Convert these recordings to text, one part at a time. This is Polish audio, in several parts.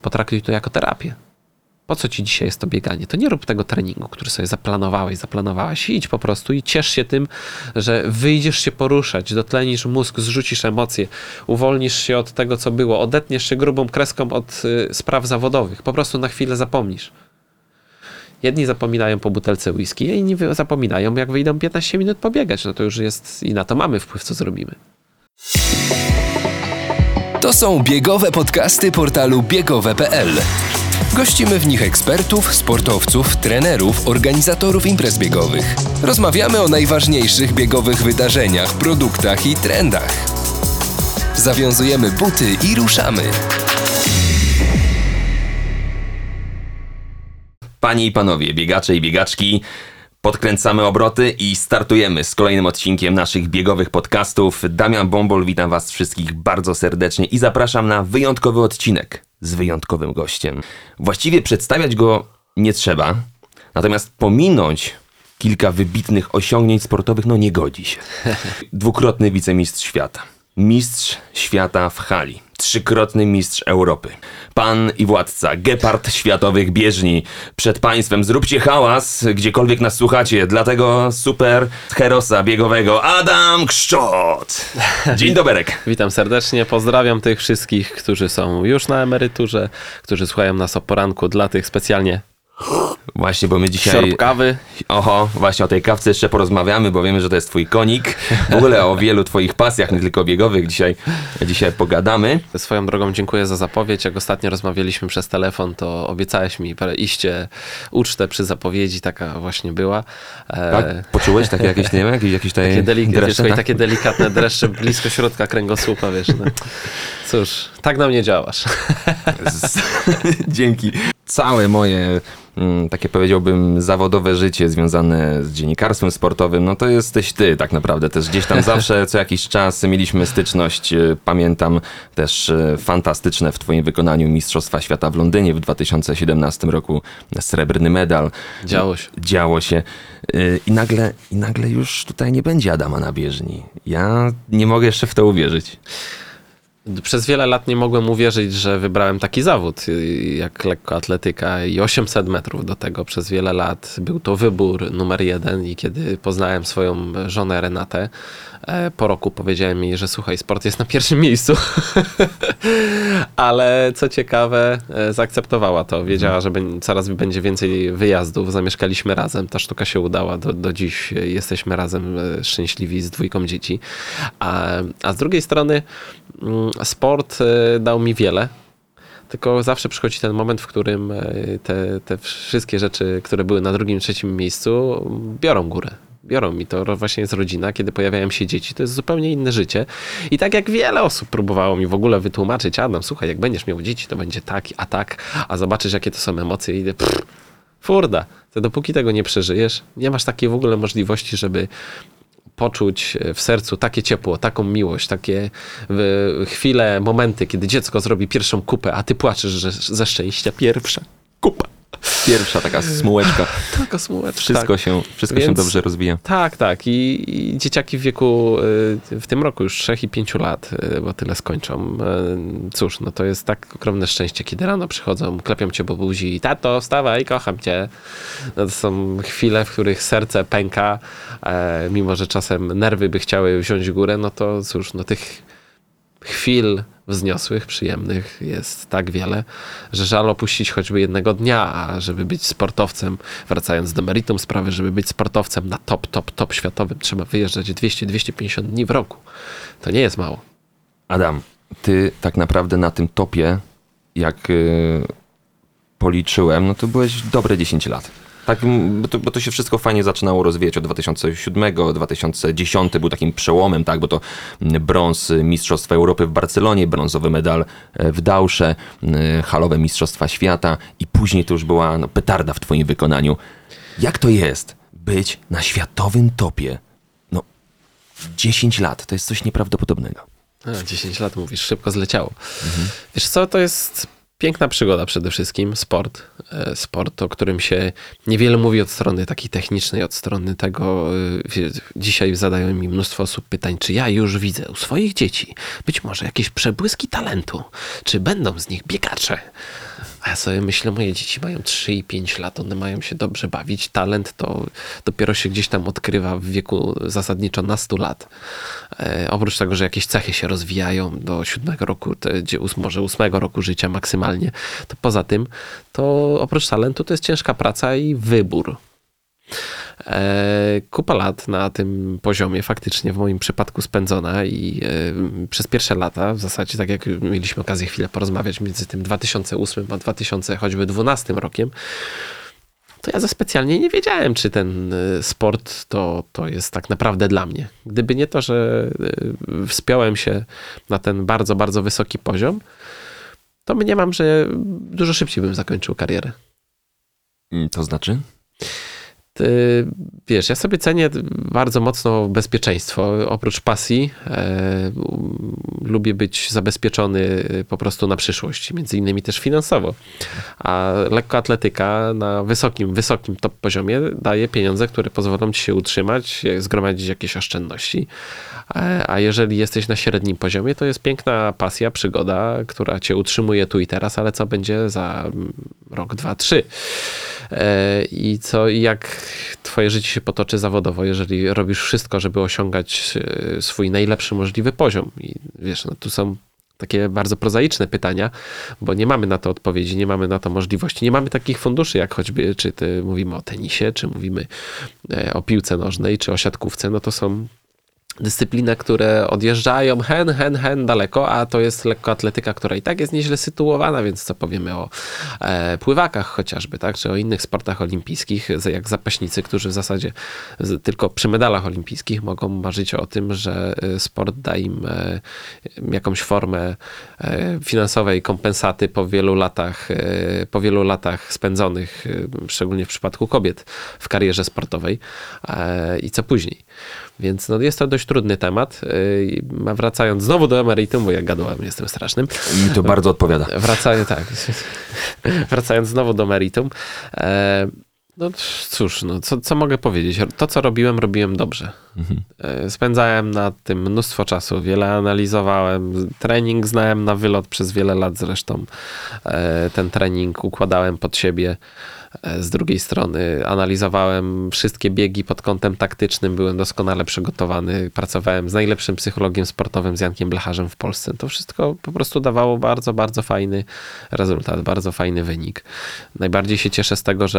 Potraktuj to jako terapię. Po co ci dzisiaj jest to bieganie? To nie rób tego treningu, który sobie zaplanowałaś. Idź po prostu i ciesz się tym, że wyjdziesz się poruszać, dotlenisz mózg, zrzucisz emocje, uwolnisz się od tego, co było, odetniesz się grubą kreską od spraw zawodowych. Po prostu na chwilę zapomnisz. Jedni zapominają po butelce whisky, a inni zapominają, jak wyjdą 15 minut pobiegać. No to już jest i na to mamy wpływ, co zrobimy. To są biegowe podcasty portalu biegowe.pl. Gościmy w nich ekspertów, sportowców, trenerów, organizatorów imprez biegowych. Rozmawiamy o najważniejszych biegowych wydarzeniach, produktach i trendach. Zawiązujemy buty i ruszamy. Panie i panowie, biegacze i biegaczki, podkręcamy obroty i startujemy z kolejnym odcinkiem naszych biegowych podcastów. Damian Bombol, witam was wszystkich bardzo serdecznie i zapraszam na wyjątkowy odcinek z wyjątkowym gościem. Właściwie przedstawiać go nie trzeba, natomiast pominąć kilka wybitnych osiągnięć sportowych nie godzi się. Dwukrotny wicemistrz świata, mistrz świata w hali, trzykrotny mistrz Europy, pan i władca, gepard światowych bieżni. Przed państwem zróbcie hałas, gdziekolwiek nas słuchacie, dla tego super herosa biegowego Adam Kszczot. Dzień doberek. Witam serdecznie, pozdrawiam tych wszystkich, którzy są już na emeryturze, którzy słuchają nas o poranku, dla tych specjalnie Właśnie, bo my dzisiaj... siorb kawy. Oho, właśnie o tej kawce jeszcze porozmawiamy, bo wiemy, że to jest twój konik. W ogóle o wielu twoich pasjach, nie tylko biegowych, dzisiaj pogadamy. Swoją drogą dziękuję za zapowiedź. Jak ostatnio rozmawialiśmy przez telefon, to obiecałeś mi iście ucztę przy zapowiedzi, taka właśnie była. Tak? Poczułeś takie jakieś, nie wiem, jakieś takie dreszcze, tak? takie delikatne dreszcze blisko środka kręgosłupa, wiesz. No. Cóż, tak na mnie działasz. Dzięki. Całe moje, takie powiedziałbym, zawodowe życie związane z dziennikarstwem sportowym, to jesteś ty tak naprawdę też. Gdzieś tam zawsze co jakiś czas mieliśmy styczność. Pamiętam też fantastyczne w twoim wykonaniu Mistrzostwa Świata w Londynie w 2017 roku. Srebrny medal. Działo się. I nagle już tutaj nie będzie Adama na bieżni. Ja nie mogę jeszcze w to uwierzyć. Przez wiele lat nie mogłem uwierzyć, że wybrałem taki zawód jak lekkoatletyka i 800 metrów do tego. Przez wiele lat był to wybór numer 1 i kiedy poznałem swoją żonę Renatę, po roku powiedziałem jej, że słuchaj, sport jest na pierwszym miejscu. Ale co ciekawe, zaakceptowała to. Wiedziała, że coraz będzie więcej wyjazdów. Zamieszkaliśmy razem. Ta sztuka się udała. Do dziś jesteśmy razem szczęśliwi z 2 dzieci. A z drugiej strony sport dał mi wiele. Tylko zawsze przychodzi ten moment, w którym te wszystkie rzeczy, które były na 2., 3. miejscu, biorą górę. Biorą mi to, właśnie jest rodzina, kiedy pojawiają się dzieci, to jest zupełnie inne życie. I tak jak wiele osób próbowało mi w ogóle wytłumaczyć, Adam, słuchaj, jak będziesz miał dzieci, to będzie tak, a zobaczysz, jakie to są emocje, i idę, furda, to dopóki tego nie przeżyjesz, nie masz takiej w ogóle możliwości, żeby poczuć w sercu takie ciepło, taką miłość, takie chwile, momenty, kiedy dziecko zrobi pierwszą kupę, a ty płaczesz ze szczęścia. Pierwsza kupa. Pierwsza taka smułeczka. Taka smułeczka. Wszystko się dobrze rozwija. Tak. I dzieciaki w wieku w tym roku już 3 i 5 lat, bo tyle skończą. Cóż, to jest tak ogromne szczęście, kiedy rano przychodzą, klepią cię po buzi i tato, wstawaj, kocham cię. To są chwile, w których serce pęka, mimo że czasem nerwy by chciały wziąć górę, to cóż, tych chwil wzniosłych, przyjemnych jest tak wiele, że żal opuścić choćby jednego dnia, a żeby być sportowcem, wracając do meritum sprawy, żeby być sportowcem na top światowym, trzeba wyjeżdżać 200-250 dni w roku. To nie jest mało. Adam, ty tak naprawdę na tym topie, jak policzyłem, to byłeś dobre 10 lat. Tak, bo to się wszystko fajnie zaczynało rozwijać od 2007, 2010 był takim przełomem, tak, bo to brąz Mistrzostwa Europy w Barcelonie, brązowy medal w Dausze, halowe Mistrzostwa Świata i później to już była petarda w twoim wykonaniu. Jak to jest być na światowym topie? 10 lat, to jest coś nieprawdopodobnego. 10 lat mówisz, szybko zleciało. Wiesz co, to jest Piękna przygoda przede wszystkim, sport. Sport, o którym się niewiele mówi od strony takiej technicznej, od strony tego. Dzisiaj zadają mi mnóstwo osób pytań, czy ja już widzę u swoich dzieci być może jakieś przebłyski talentu, czy będą z nich biegacze. A ja sobie myślę, moje dzieci mają 3 i 5 lat, one mają się dobrze bawić. Talent to dopiero się gdzieś tam odkrywa w wieku zasadniczo nastu lat. Oprócz tego, że jakieś cechy się rozwijają do 7 roku, może 8 roku życia maksymalnie, to poza tym, to oprócz talentu to jest ciężka praca i wybór. Kupa lat na tym poziomie faktycznie w moim przypadku spędzona i przez pierwsze lata, w zasadzie tak jak mieliśmy okazję chwilę porozmawiać między tym 2008 a 2012 rokiem, to ja za specjalnie nie wiedziałem, czy ten sport to jest tak naprawdę dla mnie. Gdyby nie to, że wspiąłem się na ten bardzo, bardzo wysoki poziom, to mniemam, że dużo szybciej bym zakończył karierę. To znaczy? Wiesz, ja sobie cenię bardzo mocno bezpieczeństwo. Oprócz pasji lubię być zabezpieczony po prostu na przyszłość, między innymi też finansowo. A lekkoatletyka na wysokim top poziomie daje pieniądze, które pozwolą ci się utrzymać, zgromadzić jakieś oszczędności. A jeżeli jesteś na średnim poziomie, to jest piękna pasja, przygoda, która cię utrzymuje tu i teraz, ale co będzie za rok, 2, 3? I jak twoje życie się potoczy zawodowo, jeżeli robisz wszystko, żeby osiągać swój najlepszy możliwy poziom. I wiesz, no tu są takie bardzo prozaiczne pytania, bo nie mamy na to odpowiedzi, nie mamy na to możliwości, nie mamy takich funduszy, jak choćby, czy mówimy o tenisie, czy mówimy o piłce nożnej, czy o siatkówce, no to są dyscypliny, które odjeżdżają hen daleko, a to jest lekkoatletyka, która i tak jest nieźle sytuowana, więc co powiemy o pływakach chociażby, tak, czy o innych sportach olimpijskich, jak zapaśnicy, którzy w zasadzie tylko przy medalach olimpijskich mogą marzyć o tym, że sport da im jakąś formę finansowej kompensaty po wielu latach spędzonych, szczególnie w przypadku kobiet w karierze sportowej i co później. Więc no, jest to dość trudny temat. Wracając znowu do emeritum, bo ja gadłem, jestem strasznym. Mi to bardzo odpowiada. Wracając znowu do meritum. No cóż, no, co mogę powiedzieć? To, co robiłem dobrze. Spędzałem na tym mnóstwo czasu, wiele analizowałem. Trening znałem na wylot przez wiele lat zresztą. Ten trening układałem pod siebie. Z drugiej strony analizowałem wszystkie biegi pod kątem taktycznym, byłem doskonale przygotowany, pracowałem z najlepszym psychologiem sportowym, z Jankiem Blecharzem w Polsce. To wszystko po prostu dawało bardzo, bardzo fajny rezultat, bardzo fajny wynik. Najbardziej się cieszę z tego,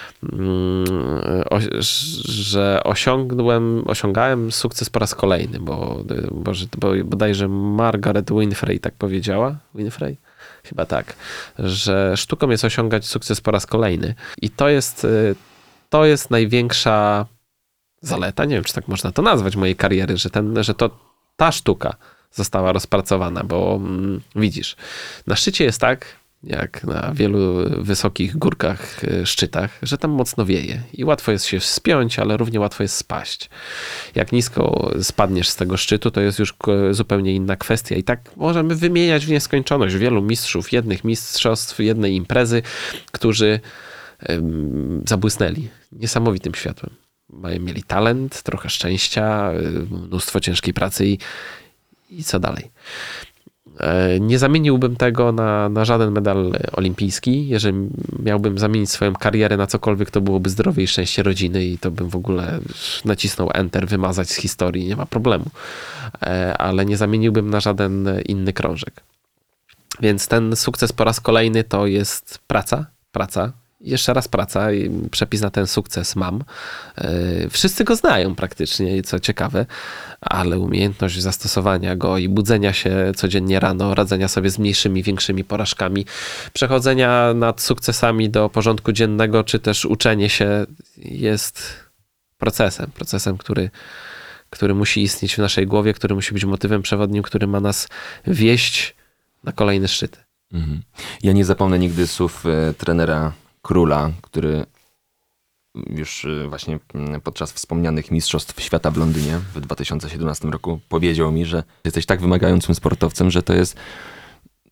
że osiągałem sukces po raz kolejny, bo bodajże Margaret Winfrey tak powiedziała. Winfrey? Chyba tak, że sztuką jest osiągać sukces po raz kolejny. I to jest największa zaleta, nie wiem, czy tak można to nazwać, mojej kariery, że ta sztuka została rozpracowana, bo widzisz, na szczycie jest tak, jak na wielu wysokich górkach, szczytach, że tam mocno wieje i łatwo jest się wspiąć, ale równie łatwo jest spaść. Jak nisko spadniesz z tego szczytu, to jest już zupełnie inna kwestia i tak możemy wymieniać w nieskończoność wielu mistrzów, jednych mistrzostw, jednej imprezy, którzy zabłysnęli niesamowitym światłem. Mieli talent, trochę szczęścia, mnóstwo ciężkiej pracy i co dalej. Nie zamieniłbym tego na żaden medal olimpijski. Jeżeli miałbym zamienić swoją karierę na cokolwiek, to byłoby zdrowie i szczęście rodziny i to bym w ogóle nacisnął enter, wymazać z historii, nie ma problemu. Ale nie zamieniłbym na żaden inny krążek. Więc ten sukces po raz kolejny to jest praca. Jeszcze raz praca i przepis na ten sukces mam. Wszyscy go znają praktycznie, co ciekawe, ale umiejętność zastosowania go i budzenia się codziennie rano, radzenia sobie z mniejszymi, większymi porażkami, przechodzenia nad sukcesami do porządku dziennego, czy też uczenie się jest procesem, który musi istnieć w naszej głowie, który musi być motywem przewodnim, który ma nas wieść na kolejne szczyty. Ja nie zapomnę nigdy słów trenera Króla, który już właśnie podczas wspomnianych Mistrzostw Świata w Londynie w 2017 roku powiedział mi, że jesteś tak wymagającym sportowcem, że to jest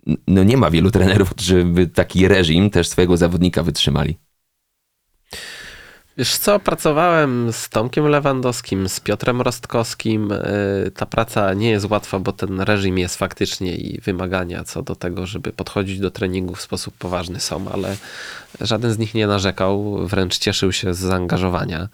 no nie ma wielu trenerów, którzy by taki reżim też swojego zawodnika wytrzymali. Wiesz co, pracowałem z Tomkiem Lewandowskim, z Piotrem Rostkowskim. Ta praca nie jest łatwa, bo ten reżim jest faktycznie i wymagania co do tego, żeby podchodzić do treningu w sposób poważny są, ale żaden z nich nie narzekał, wręcz cieszył się z zaangażowania.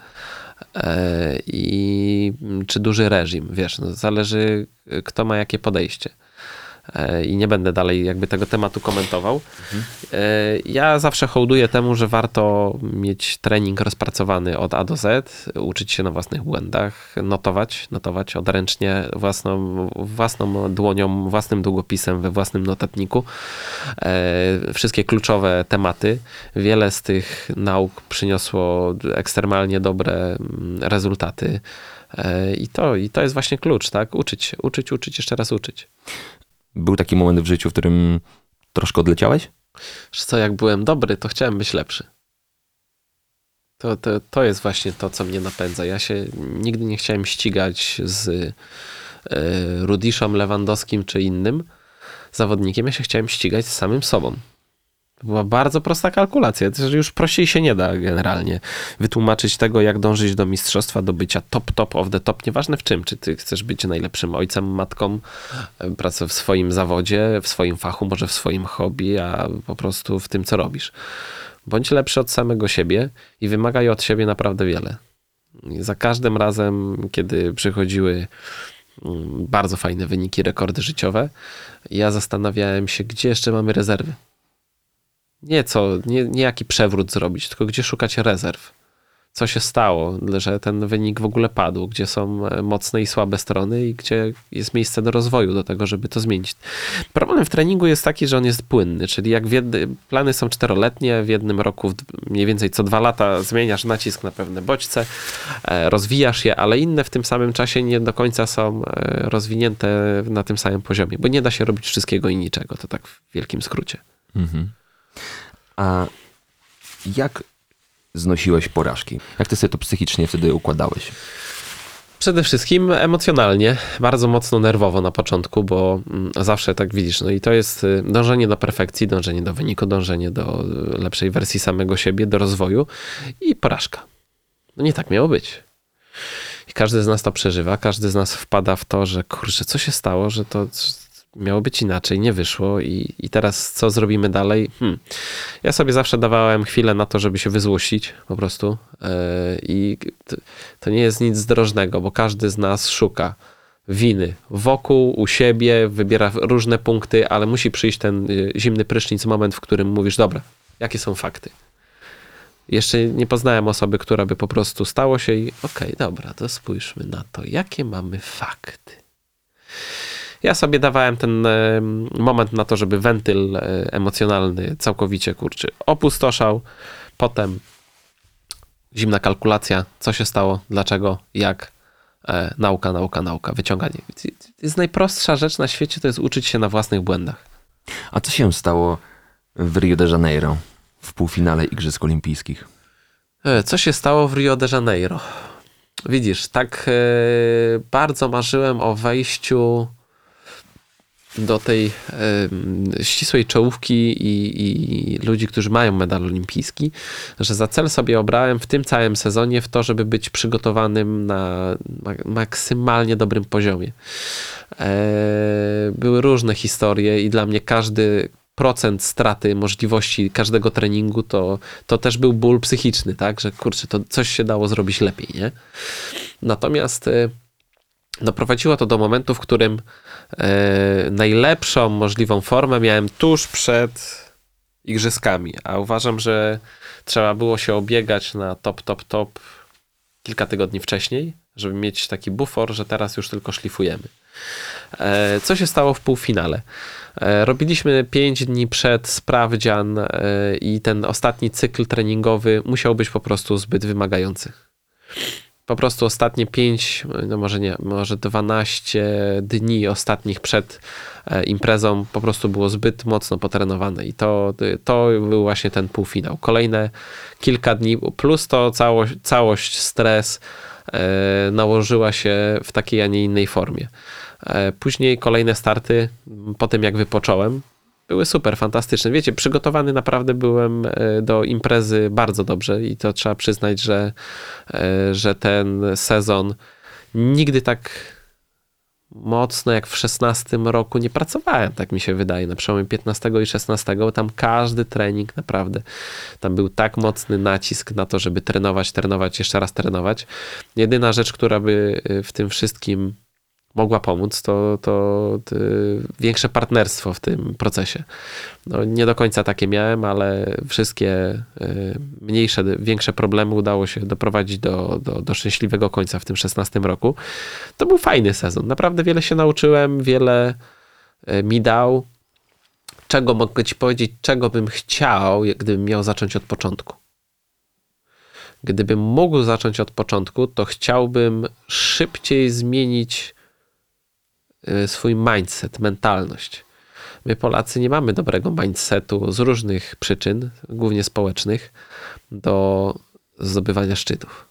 I czy duży reżim, wiesz, no zależy kto ma jakie podejście. I nie będę dalej jakby tego tematu komentował. Ja zawsze hołduję temu, że warto mieć trening rozpracowany od A do Z, uczyć się na własnych błędach, notować odręcznie własną dłonią, własnym długopisem we własnym notatniku. Wszystkie kluczowe tematy. Wiele z tych nauk przyniosło ekstremalnie dobre rezultaty. I to jest właśnie klucz, tak? Uczyć, jeszcze raz uczyć. Był taki moment w życiu, w którym troszkę odleciałeś? Wiesz co, jak byłem dobry, to chciałem być lepszy. To jest właśnie to, co mnie napędza. Ja się nigdy nie chciałem ścigać z Rudiszem, Lewandowskim czy innym zawodnikiem. Ja się chciałem ścigać z samym sobą. To była bardzo prosta kalkulacja. To już prościej się nie da generalnie wytłumaczyć tego, jak dążyć do mistrzostwa, do bycia top of the top. Nieważne w czym. Czy ty chcesz być najlepszym ojcem, matką, pracę w swoim zawodzie, w swoim fachu, może w swoim hobby, a po prostu w tym, co robisz. Bądź lepszy od samego siebie i wymagaj od siebie naprawdę wiele. I za każdym razem, kiedy przychodziły bardzo fajne wyniki, rekordy życiowe, ja zastanawiałem się, gdzie jeszcze mamy rezerwy. Nie jaki przewrót zrobić, tylko gdzie szukać rezerw. Co się stało, że ten wynik w ogóle padł, gdzie są mocne i słabe strony i gdzie jest miejsce do rozwoju, do tego, żeby to zmienić. Problem w treningu jest taki, że on jest płynny, czyli jak plany są 4-letnie, w jednym roku mniej więcej co 2 lata zmieniasz nacisk na pewne bodźce, rozwijasz je, ale inne w tym samym czasie nie do końca są rozwinięte na tym samym poziomie, bo nie da się robić wszystkiego i niczego, to tak w wielkim skrócie. Mhm. A jak znosiłeś porażki? Jak ty sobie to psychicznie wtedy układałeś? Przede wszystkim emocjonalnie, bardzo mocno nerwowo na początku, bo zawsze tak widzisz, no i to jest dążenie do perfekcji, dążenie do wyniku, dążenie do lepszej wersji samego siebie, do rozwoju i porażka. No nie tak miało być. I każdy z nas to przeżywa, każdy z nas wpada w to, że kurczę, co się stało, że to miało być inaczej, nie wyszło i teraz co zrobimy dalej? Ja sobie zawsze dawałem chwilę na to, żeby się wyzłościć po prostu i to nie jest nic zdrożnego, bo każdy z nas szuka winy wokół, u siebie, wybiera różne punkty, ale musi przyjść ten zimny prysznic, moment, w którym mówisz, dobra, jakie są fakty? Jeszcze nie poznałem osoby, która by po prostu stało się i okej, dobra, to spójrzmy na to, jakie mamy fakty. Ja sobie dawałem ten moment na to, żeby wentyl emocjonalny całkowicie, opustoszał. Potem zimna kalkulacja, co się stało, dlaczego, jak, nauka, wyciąganie. To jest najprostsza rzecz na świecie, to jest uczyć się na własnych błędach. A co się stało w Rio de Janeiro w półfinale Igrzysk Olimpijskich? Co się stało w Rio de Janeiro? Widzisz, tak bardzo marzyłem o wejściu do tej ścisłej czołówki i ludzi, którzy mają medal olimpijski, że za cel sobie obrałem w tym całym sezonie w to, żeby być przygotowanym na maksymalnie dobrym poziomie. Były różne historie i dla mnie każdy procent straty możliwości każdego treningu to też był ból psychiczny, tak, że kurczę, to coś się dało zrobić lepiej, nie? Natomiast doprowadziło to do momentu, w którym najlepszą możliwą formę miałem tuż przed igrzyskami, a uważam, że trzeba było się obiegać na top kilka tygodni wcześniej, żeby mieć taki bufor, że teraz już tylko szlifujemy. Co się stało w półfinale? Robiliśmy 5 dni przed sprawdzian i ten ostatni cykl treningowy musiał być po prostu zbyt wymagający. Po prostu ostatnie 5, no może nie, może 12 dni ostatnich przed imprezą po prostu było zbyt mocno potrenowane i to był właśnie ten półfinał. Kolejne kilka dni plus to całość stres nałożyła się w takiej, a nie innej formie. Później kolejne starty, po tym jak wypocząłem, były super, fantastyczne. Wiecie, przygotowany naprawdę byłem do imprezy bardzo dobrze i to trzeba przyznać, że ten sezon nigdy tak mocno jak w 16 roku nie pracowałem, tak mi się wydaje, na przełomie 15 i 16, bo tam każdy trening naprawdę, tam był tak mocny nacisk na to, żeby trenować, jeszcze raz trenować. Jedyna rzecz, która by w tym wszystkim mogła pomóc, to większe partnerstwo w tym procesie. No, nie do końca takie miałem, ale wszystkie większe problemy udało się doprowadzić do szczęśliwego końca w tym 16 roku. To był fajny sezon. Naprawdę wiele się nauczyłem, wiele mi dał. Czego mogę ci powiedzieć, czego bym chciał, gdybym miał zacząć od początku. Gdybym mógł zacząć od początku, to chciałbym szybciej zmienić swój mindset, mentalność. My Polacy nie mamy dobrego mindsetu z różnych przyczyn, głównie społecznych, do zdobywania szczytów.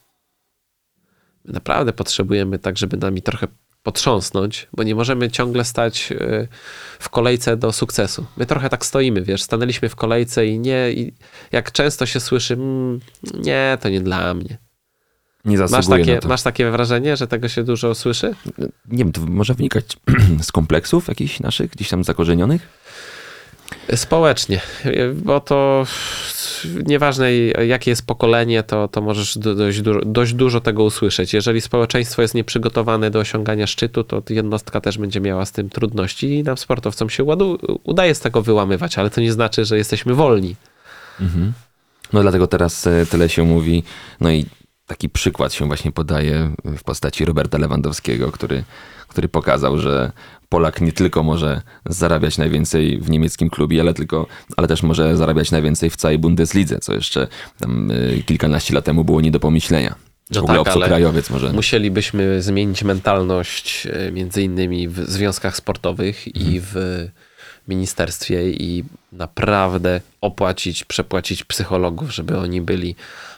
My naprawdę potrzebujemy tak, żeby nami trochę potrząsnąć, bo nie możemy ciągle stać w kolejce do sukcesu. My trochę tak stoimy, wiesz, stanęliśmy w kolejce i jak często się słyszy, nie, to nie dla mnie. Nie zasługuje na to. Masz takie wrażenie, że tego się dużo słyszy? Nie wiem, to może wynikać z kompleksów jakichś naszych, gdzieś tam zakorzenionych? Społecznie, bo to nieważne jakie jest pokolenie, to możesz dość dużo tego usłyszeć. Jeżeli społeczeństwo jest nieprzygotowane do osiągania szczytu, to jednostka też będzie miała z tym trudności i nam sportowcom się udaje z tego wyłamywać, ale to nie znaczy, że jesteśmy wolni. Mhm. No dlatego teraz tyle się mówi, no i taki przykład się właśnie podaje w postaci Roberta Lewandowskiego, który pokazał, że Polak nie tylko może zarabiać najwięcej w niemieckim klubie, ale też może zarabiać najwięcej w całej Bundeslidze, co jeszcze tam kilkanaście lat temu było nie do pomyślenia. No w ogóle tak, obcokrajowiec może. Musielibyśmy zmienić mentalność między innymi w związkach sportowych i w ministerstwie i naprawdę przepłacić psychologów, żeby oni byli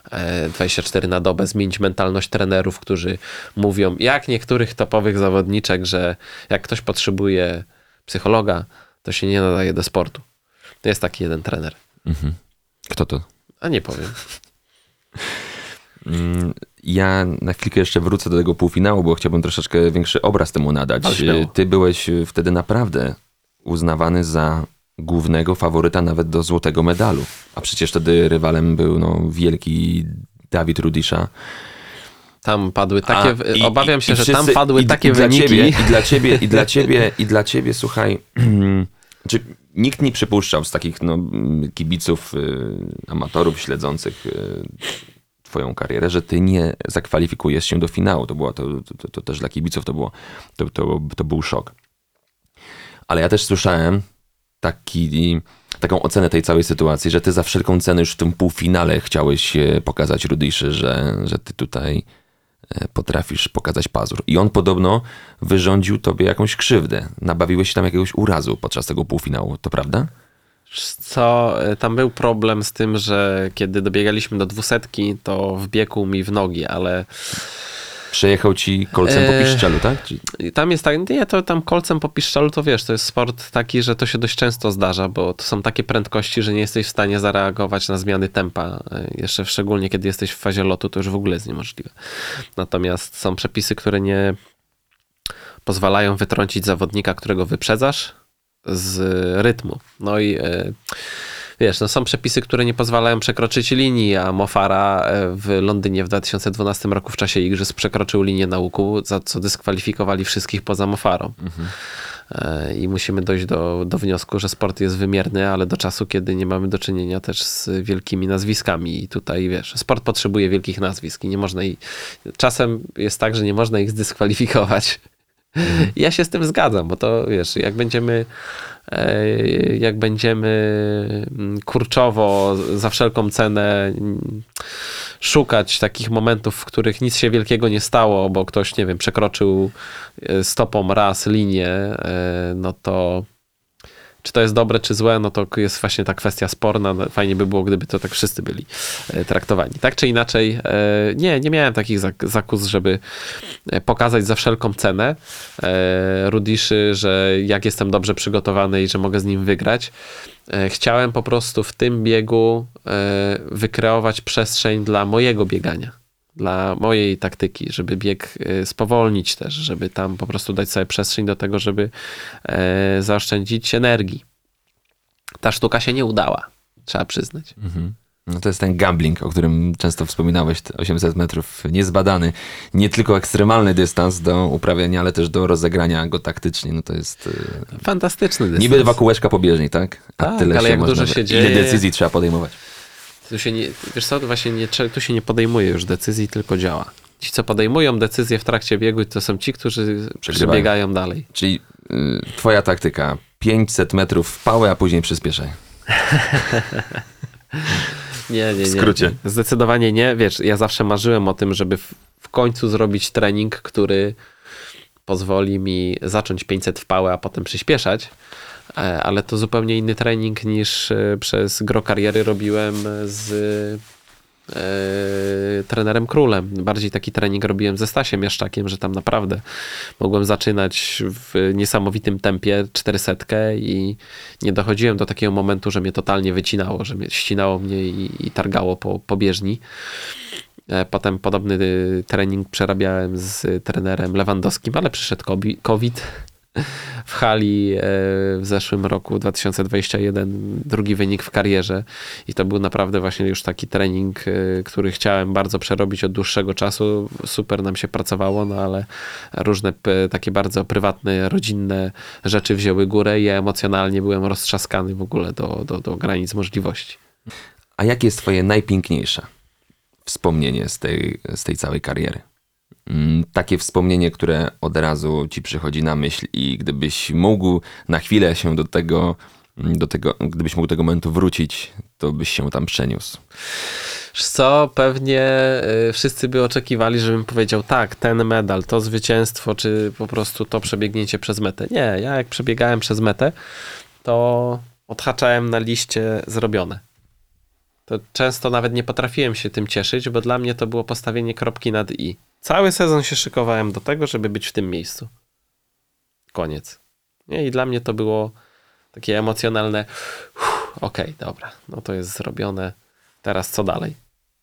24 na dobę, zmienić mentalność trenerów, którzy mówią, jak niektórych topowych zawodniczek, że jak ktoś potrzebuje psychologa, to się nie nadaje do sportu. To jest taki jeden trener. Mhm. Kto to? A nie powiem. Ja na chwilkę jeszcze wrócę do tego półfinału, bo chciałbym troszeczkę większy obraz temu nadać. Ty byłeś wtedy naprawdę uznawany za głównego faworyta nawet do złotego medalu. A przecież wtedy rywalem był wielki Dawid Rudisha. Tam padły takie... obawiam się, że tam padły takie wyniki. I dla ciebie, słuchaj, czy nikt nie przypuszczał z takich kibiców, amatorów śledzących twoją karierę, że ty nie zakwalifikujesz się do finału. To też dla kibiców to był szok. Ale ja też słyszałem taką ocenę tej całej sytuacji, że ty za wszelką cenę już w tym półfinale chciałeś pokazać Rudiszy, że ty tutaj potrafisz pokazać pazur. I on podobno wyrządził tobie jakąś krzywdę. Nabawiłeś się tam jakiegoś urazu podczas tego półfinału. To prawda? Tam był problem z tym, że kiedy dobiegaliśmy do 200, to wbiegł mi w nogi, ale... Przejechał ci kolcem po piszczelu, tak? Tam jest tak, nie, to tam kolcem po piszczelu to wiesz, to jest sport taki, że to się dość często zdarza, bo to są takie prędkości, że nie jesteś w stanie zareagować na zmiany tempa. Jeszcze szczególnie, kiedy jesteś w fazie lotu, to już w ogóle jest niemożliwe. Natomiast są przepisy, które nie pozwalają wytrącić zawodnika, którego wyprzedzasz z rytmu. No i wiesz, są przepisy, które nie pozwalają przekroczyć linii, a Mo Farah w Londynie w 2012 roku w czasie igrzysk przekroczył linię na łuku, za co dyskwalifikowali wszystkich poza Mo Farah. I musimy dojść do wniosku, że sport jest wymierny, ale do czasu, kiedy nie mamy do czynienia też z wielkimi nazwiskami. I tutaj, wiesz, sport potrzebuje wielkich nazwisk i nie można czasem jest tak, że nie można ich zdyskwalifikować. Ja się z tym zgadzam, bo to, wiesz, jak będziemy kurczowo za wszelką cenę szukać takich momentów, w których nic się wielkiego nie stało, bo ktoś, nie wiem, przekroczył stopą raz linię, no to Czy to jest dobre, czy złe, no to jest właśnie ta kwestia sporna. Fajnie by było, gdyby to tak wszyscy byli traktowani. Tak czy inaczej, nie miałem takich zakus, żeby pokazać za wszelką cenę Rudiszy, że jak jestem dobrze przygotowany i że mogę z nim wygrać. Chciałem po prostu w tym biegu wykreować przestrzeń dla mojego biegania, dla mojej taktyki, żeby bieg spowolnić też, żeby tam po prostu dać sobie przestrzeń do tego, żeby zaoszczędzić energii. Ta sztuka się nie udała, trzeba przyznać. No to jest ten gambling, o którym często wspominałeś, 800 metrów niezbadany. Nie tylko ekstremalny dystans do uprawiania, ale też do rozegrania go taktycznie. No to jest fantastyczny dystans. niby 2 kółeczka pobieżnej, tak? A Tak, tyle ale się jak można... dużo się Ile dzieje- decyzji trzeba podejmować? Tu się nie, wiesz co, właśnie tu się nie podejmuje już decyzji, tylko działa. Ci, co podejmują decyzje w trakcie biegu, to są ci, którzy przebiegają dalej. Czyli twoja taktyka, 500 metrów w pałę, a później przyspieszaj. Nie. W skrócie. Zdecydowanie nie. Wiesz, ja zawsze marzyłem o tym, żeby w końcu zrobić trening, który pozwoli mi zacząć 500 w pałę, a potem przyspieszać. Ale to zupełnie inny trening niż przez gro kariery robiłem z trenerem Królem. Bardziej taki trening robiłem ze Stasiem Mieszczakiem, że tam naprawdę mogłem zaczynać w niesamowitym tempie 400 i nie dochodziłem do takiego momentu, że mnie totalnie wycinało, że ścinało mnie i targało po bieżni. Potem podobny trening przerabiałem z trenerem Lewandowskim, ale przyszedł COVID w hali w zeszłym roku 2021, drugi wynik w karierze i to był naprawdę właśnie już taki trening, który chciałem bardzo przerobić od dłuższego czasu. Super nam się pracowało, no ale różne takie bardzo prywatne, rodzinne rzeczy wzięły górę i ja emocjonalnie byłem roztrzaskany w ogóle do granic możliwości. A jakie jest twoje najpiękniejsze wspomnienie z tej całej kariery? Takie wspomnienie, które od razu ci przychodzi na myśl i gdybyś mógł na chwilę się do tego, gdybyś mógł do tego momentu wrócić, to byś się tam przeniósł. Wiesz co, pewnie wszyscy by oczekiwali, żebym powiedział tak, ten medal, to zwycięstwo, czy po prostu to przebiegnięcie przez metę. Nie, ja jak przebiegałem przez metę, to odhaczałem na liście zrobione. To często nawet nie potrafiłem się tym cieszyć, bo dla mnie to było postawienie kropki nad i. Cały sezon się szykowałem do tego, żeby być w tym miejscu. Koniec. Nie? I dla mnie to było takie emocjonalne okej, dobra, no to jest zrobione. Teraz co dalej?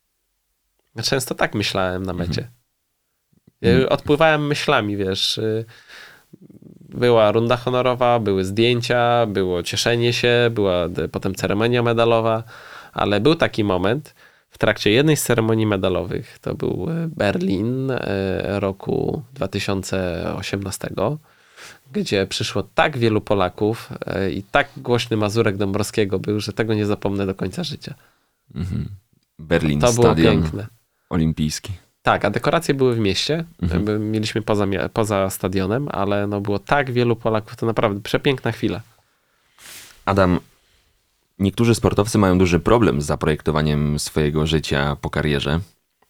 Ja często tak myślałem na mecie. Ja odpływałem myślami, wiesz. Była runda honorowa, były zdjęcia, było cieszenie się, była potem ceremonia medalowa, ale był taki moment w trakcie jednej z ceremonii medalowych, to był Berlin roku 2018, gdzie przyszło tak wielu Polaków i tak głośny Mazurek Dąbrowskiego był, że tego nie zapomnę do końca życia. Berlin, To było stadion piękne. olimpijski. Tak, a dekoracje były w mieście. Mieliśmy poza stadionem, ale no było tak wielu Polaków, to naprawdę przepiękna chwila. Adam, niektórzy sportowcy mają duży problem z zaprojektowaniem swojego życia po karierze.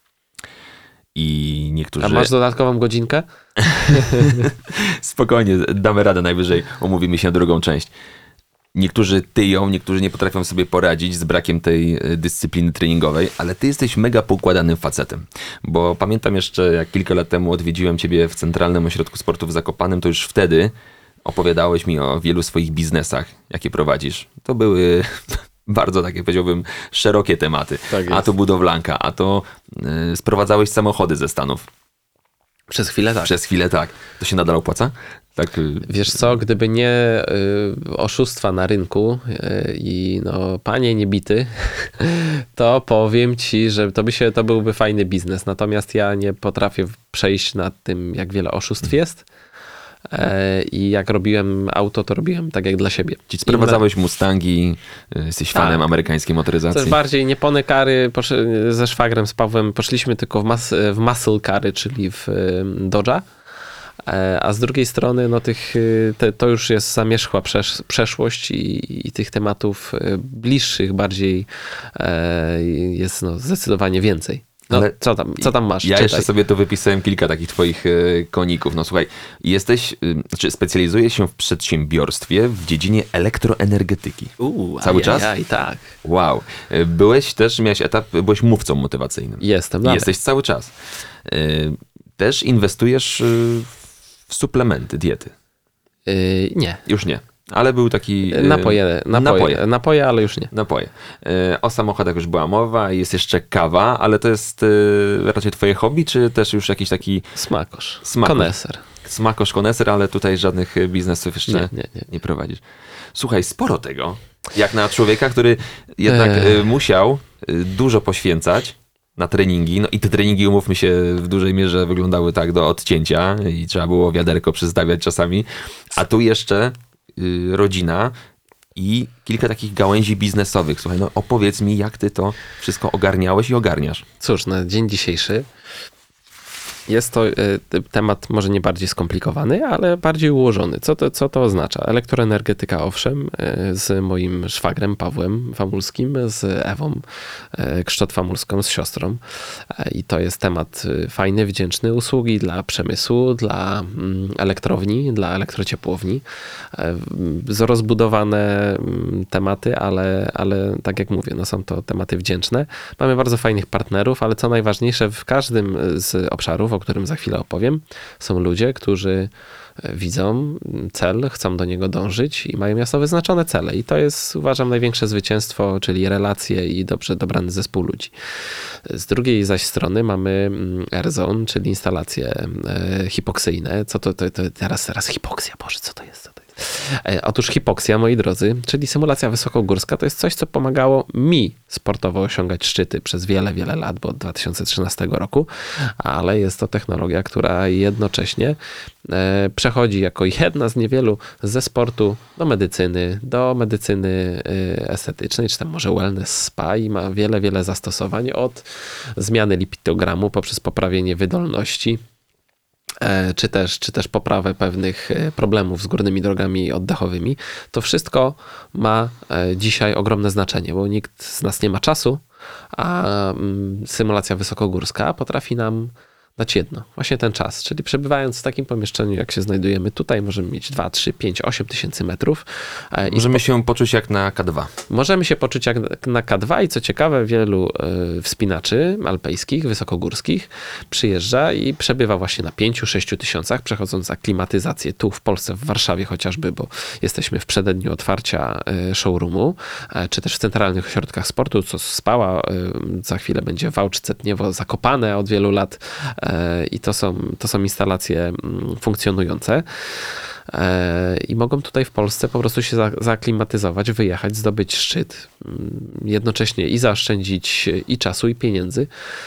I niektórzy... A masz dodatkową godzinkę? Spokojnie, damy radę, najwyżej omówimy się drugą część. Niektórzy tyją, niektórzy nie potrafią sobie poradzić z brakiem tej dyscypliny treningowej, ale ty jesteś mega poukładanym facetem. Bo pamiętam jeszcze, jak kilka lat temu odwiedziłem ciebie w Centralnym Ośrodku Sportu w Zakopanem, to już wtedy opowiadałeś mi o wielu swoich biznesach, jakie prowadzisz. To były bardzo takie, powiedziałbym, szerokie tematy. Tak jest. A to budowlanka, a to sprowadzałeś samochody ze Stanów. Przez chwilę tak. Przez chwilę tak. To się nadal opłaca? Tak. Wiesz co, gdyby nie oszustwa na rynku i no panie niebity, to powiem ci, że to byłby fajny biznes. Natomiast ja nie potrafię przejść nad tym, jak wiele oszustw jest. I jak robiłem auto, to robiłem tak jak dla siebie. Ci sprowadzałeś Mustangi, jesteś fanem amerykańskiej motoryzacji. Coś bardziej nie pony kary, ze szwagrem, z Pawłem poszliśmy tylko w muscle kary, czyli w Dodge'a. A z drugiej strony no to już jest zamierzchła przeszłość i tych tematów bliższych bardziej jest no, zdecydowanie więcej. No, Ale co tam masz? Ja Czytaj. jeszcze sobie tu wypisałem kilka takich twoich koników. No słuchaj, specjalizujesz się w przedsiębiorstwie w dziedzinie elektroenergetyki. Cały czas? Tak. Wow. Miałeś etap, byłeś mówcą motywacyjnym. Jestem dalej. Jesteś cały czas. Też inwestujesz w suplementy diety. Nie. Już nie. Ale był taki... Napoje, ale już nie. Napoje. O samochodach już była mowa, jest jeszcze kawa, ale to jest raczej twoje hobby, czy też już jakiś taki... Smakosz. Smakosz. Koneser. Smakosz, koneser, ale tutaj żadnych biznesów jeszcze nie prowadzisz. Słuchaj, sporo tego, jak na człowieka, który jednak musiał dużo poświęcać na treningi, no i te treningi, umówmy się, w dużej mierze wyglądały tak do odcięcia i trzeba było wiaderko przystawiać czasami, a tu jeszcze rodzina i kilka takich gałęzi biznesowych. Słuchaj, no opowiedz mi, jak ty to wszystko ogarniałeś i ogarniasz. Cóż, na dzień dzisiejszy jest to temat może nie bardziej skomplikowany, ale bardziej ułożony. Co to oznacza? Elektroenergetyka, owszem, z moim szwagrem Pawłem Famulskim, z Ewą Kszczot-Famulską, z siostrą. I to jest temat fajny, wdzięczny. Usługi dla przemysłu, dla elektrowni, dla elektrociepłowni. Rozbudowane tematy, ale tak jak mówię, no są to tematy wdzięczne. Mamy bardzo fajnych partnerów, ale co najważniejsze, w każdym z obszarów, o którym za chwilę opowiem, są ludzie, którzy widzą cel, chcą do niego dążyć i mają jasno wyznaczone cele. I to jest, uważam, największe zwycięstwo, czyli relacje i dobrze dobrany zespół ludzi. Z drugiej zaś strony mamy AirZone, czyli instalacje hipoksyjne. Co to teraz hipoksja? Boże, co to jest? Otóż hipoksja, moi drodzy, czyli symulacja wysokogórska, to jest coś, co pomagało mi sportowo osiągać szczyty przez wiele, wiele lat, bo od 2013 roku, ale jest to technologia, która jednocześnie przechodzi jako jedna z niewielu ze sportu do medycyny estetycznej, czy tam może wellness spa i ma wiele, wiele zastosowań od zmiany lipidogramu poprzez poprawienie wydolności, czy też poprawę pewnych problemów z górnymi drogami oddechowymi. To wszystko ma dzisiaj ogromne znaczenie, bo nikt z nas nie ma czasu, a symulacja wysokogórska potrafi nam dać jedno, właśnie ten czas. Czyli przebywając w takim pomieszczeniu, jak się znajdujemy tutaj, możemy mieć 2, 3, 5, 8 tysięcy metrów. Możemy się poczuć jak na K2. Możemy się poczuć jak na K2 i co ciekawe, wielu wspinaczy alpejskich, wysokogórskich przyjeżdża i przebywa właśnie na 5-6 tysiącach, przechodząc aklimatyzację tu w Polsce, w Warszawie chociażby, bo jesteśmy w przededniu otwarcia showroomu, czy też w centralnych ośrodkach sportu, co Spała, za chwilę będzie Wałcz, Cetniewo, Zakopane od wielu lat. I to są instalacje funkcjonujące i mogą tutaj w Polsce po prostu się zaaklimatyzować, wyjechać, zdobyć szczyt, jednocześnie i zaoszczędzić i czasu, i pieniędzy.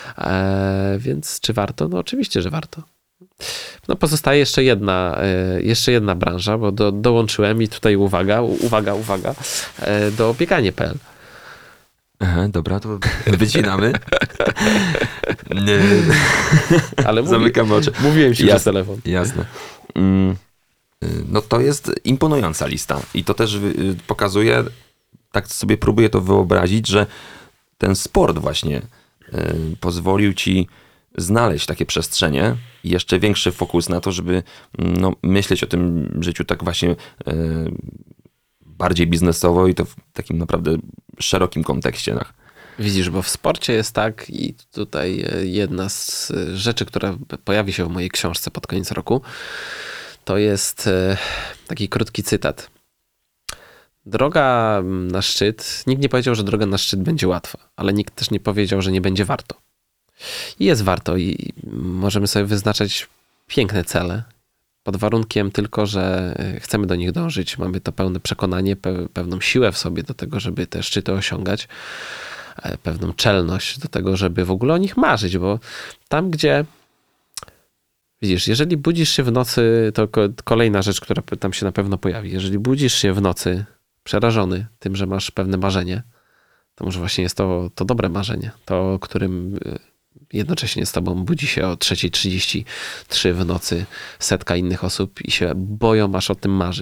Więc czy warto? No oczywiście, że warto. No pozostaje jeszcze jedna branża, bo dołączyłem i tutaj uwaga, do bieganie.pl. Aha, dobra, to wycinamy. Ale zamykamy oczy. Mówiłem się przez telefon. Jasne. No to jest imponująca lista i to też pokazuje, tak sobie próbuję to wyobrazić, że ten sport właśnie pozwolił ci znaleźć takie przestrzenie i jeszcze większy fokus na to, żeby myśleć o tym życiu tak właśnie bardziej biznesowo i to w takim naprawdę szerokim kontekście. Tak? Widzisz, bo w sporcie jest tak i tutaj jedna z rzeczy, która pojawi się w mojej książce pod koniec roku, to jest taki krótki cytat. Droga na szczyt, nikt nie powiedział, że droga na szczyt będzie łatwa, ale nikt też nie powiedział, że nie będzie warto. I jest warto i możemy sobie wyznaczać piękne cele, pod warunkiem tylko, że chcemy do nich dążyć, mamy to pełne przekonanie, pewną siłę w sobie do tego, żeby te szczyty osiągać, pewną czelność do tego, żeby w ogóle o nich marzyć, bo tam, gdzie widzisz, jeżeli budzisz się w nocy, to kolejna rzecz, która tam się na pewno pojawi, jeżeli budzisz się w nocy przerażony tym, że masz pewne marzenie, to może właśnie jest to dobre marzenie, to, którym jednocześnie z tobą budzi się o 3:33 w nocy setka innych osób i się boją aż o tym marzyć.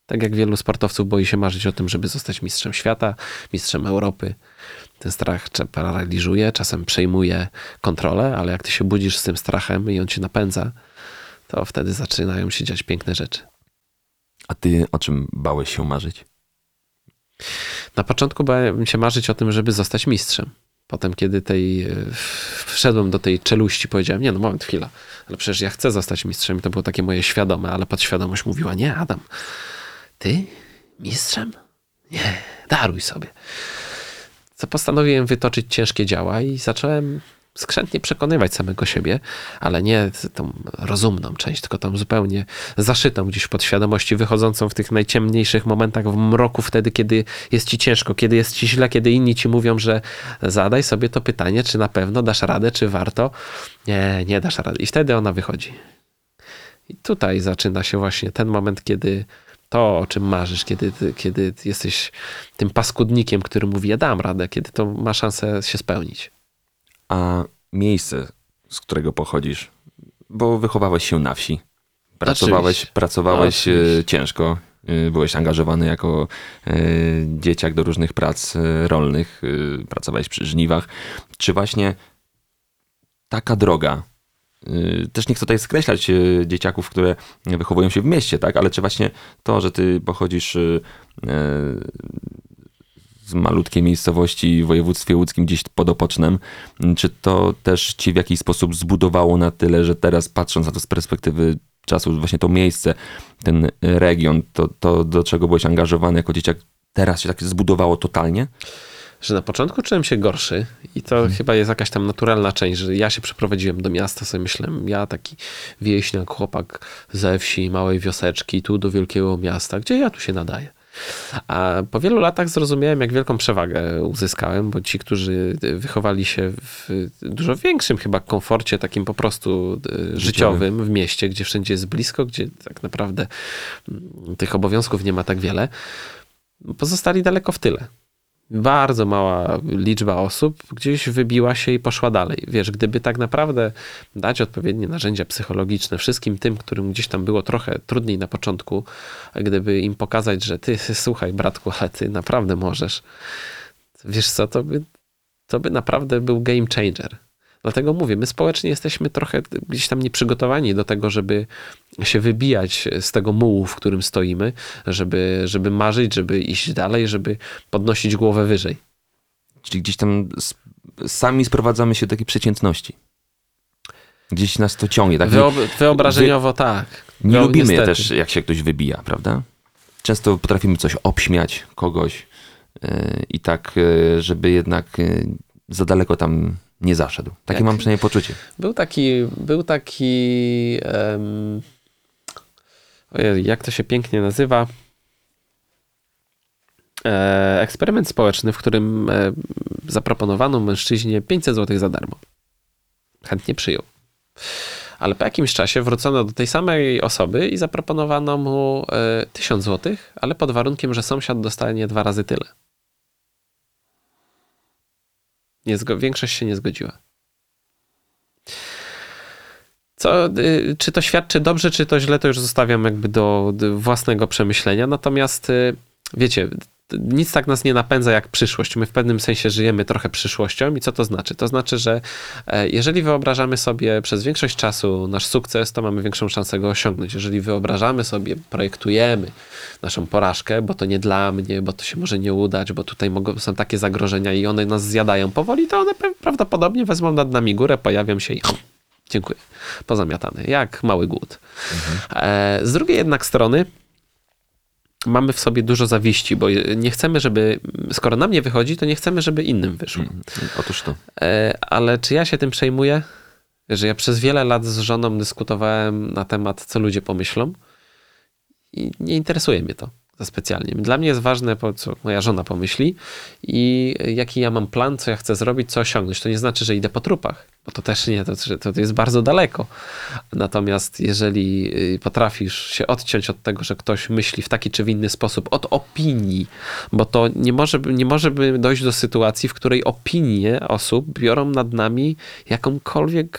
Tak jak wielu sportowców boi się marzyć o tym, żeby zostać mistrzem świata, mistrzem Europy. Ten strach paraliżuje, czasem przejmuje kontrolę, ale jak ty się budzisz z tym strachem i on cię napędza, to wtedy zaczynają się dziać piękne rzeczy. A ty o czym bałeś się marzyć? Na początku bałem się marzyć o tym, żeby zostać mistrzem. Potem, kiedy wszedłem do tej czeluści, powiedziałem, nie no moment, chwila, ale przecież ja chcę zostać mistrzem i to było takie moje świadome, ale podświadomość mówiła, nie Adam, ty mistrzem? Nie, daruj sobie. Co postanowiłem wytoczyć ciężkie działa i zacząłem skrzętnie przekonywać samego siebie, ale nie tą rozumną część, tylko tą zupełnie zaszytą gdzieś w podświadomości, wychodzącą w tych najciemniejszych momentach, w mroku, wtedy, kiedy jest ci ciężko, kiedy jest ci źle, kiedy inni ci mówią, że zadaj sobie to pytanie, czy na pewno dasz radę, czy warto. Nie, nie dasz rady. I wtedy ona wychodzi. I tutaj zaczyna się właśnie ten moment, kiedy to, o czym marzysz, kiedy jesteś tym paskudnikiem, który mówi, ja dam radę, kiedy to ma szansę się spełnić. A miejsce, z którego pochodzisz, bo wychowałeś się na wsi, pracowałeś ciężko, byłeś angażowany jako dzieciak do różnych prac rolnych, pracowałeś przy żniwach. Czy właśnie taka droga, też nie chcę tutaj skreślać dzieciaków, które wychowują się w mieście, tak? Ale czy właśnie to, że ty pochodzisz z malutkiej miejscowości w województwie łódzkim, gdzieś pod Opocznem, czy to też ci w jakiś sposób zbudowało na tyle, że teraz patrząc na to z perspektywy czasu, właśnie to miejsce, ten region, to do czego byłeś angażowany jako dzieciak, teraz się tak zbudowało totalnie? Że na początku czułem się gorszy i to chyba jest jakaś tam naturalna część, że ja się przeprowadziłem do miasta, sobie myślałem, ja taki wieśniak, chłopak ze wsi, małej wioseczki, tu do wielkiego miasta, gdzie ja tu się nadaję. A po wielu latach zrozumiałem, jak wielką przewagę uzyskałem, bo ci, którzy wychowali się w dużo większym chyba komforcie, takim po prostu życiowym w mieście, gdzie wszędzie jest blisko, gdzie tak naprawdę tych obowiązków nie ma tak wiele, pozostali daleko w tyle. Bardzo mała liczba osób gdzieś wybiła się i poszła dalej. Wiesz, gdyby tak naprawdę dać odpowiednie narzędzia psychologiczne wszystkim tym, którym gdzieś tam było trochę trudniej na początku, gdyby im pokazać, że ty, słuchaj bratku, ale ty naprawdę możesz. Wiesz co, to by naprawdę był game changer. Dlatego mówię, my społecznie jesteśmy trochę gdzieś tam nieprzygotowani do tego, żeby się wybijać z tego mułu, w którym stoimy, żeby marzyć, żeby iść dalej, żeby podnosić głowę wyżej. Czyli gdzieś tam sami sprowadzamy się do takiej przeciętności. Gdzieś nas to ciągnie. Tak? Wyobrażeniowo tak. Nie lubimy niestety. też, jak się ktoś wybija, prawda? Często potrafimy coś obśmiać, kogoś i tak, żeby jednak za daleko tam nie zaszedł. Takie mam przynajmniej poczucie. Był taki ojej, jak to się pięknie nazywa? Eksperyment społeczny, w którym zaproponowano mężczyźnie 500 zł za darmo. Chętnie przyjął. Ale po jakimś czasie wrócono do tej samej osoby i zaproponowano mu 1000 zł, ale pod warunkiem, że sąsiad dostanie 2 razy tyle. Większość się nie zgodziła. Czy to świadczy dobrze, czy to źle, to już zostawiam jakby do własnego przemyślenia. Natomiast wiecie, nic tak nas nie napędza jak przyszłość. My w pewnym sensie żyjemy trochę przyszłością. I co to znaczy? To znaczy, że jeżeli wyobrażamy sobie przez większość czasu nasz sukces, to mamy większą szansę go osiągnąć. Jeżeli wyobrażamy sobie, projektujemy naszą porażkę, bo to nie dla mnie, bo to się może nie udać, bo tutaj są takie zagrożenia i one nas zjadają powoli, to one prawdopodobnie wezmą nad nami górę, pojawią się i dziękuję, pozamiatane, jak mały głód. Z drugiej jednak strony mamy w sobie dużo zawiści, bo nie chcemy, żeby, skoro nam nie wychodzi, to nie chcemy, żeby innym wyszło. Otóż to. Ale czy ja się tym przejmuję? Że ja przez wiele lat z żoną dyskutowałem na temat, co ludzie pomyślą i nie interesuje mnie to za specjalnie. Dla mnie jest ważne, co moja żona pomyśli i jaki ja mam plan, co ja chcę zrobić, co osiągnąć. To nie znaczy, że idę po trupach, bo to też nie, to jest bardzo daleko. Natomiast jeżeli potrafisz się odciąć od tego, że ktoś myśli w taki czy w inny sposób, od opinii, bo to nie może dojść do sytuacji, w której opinie osób biorą nad nami jakąkolwiek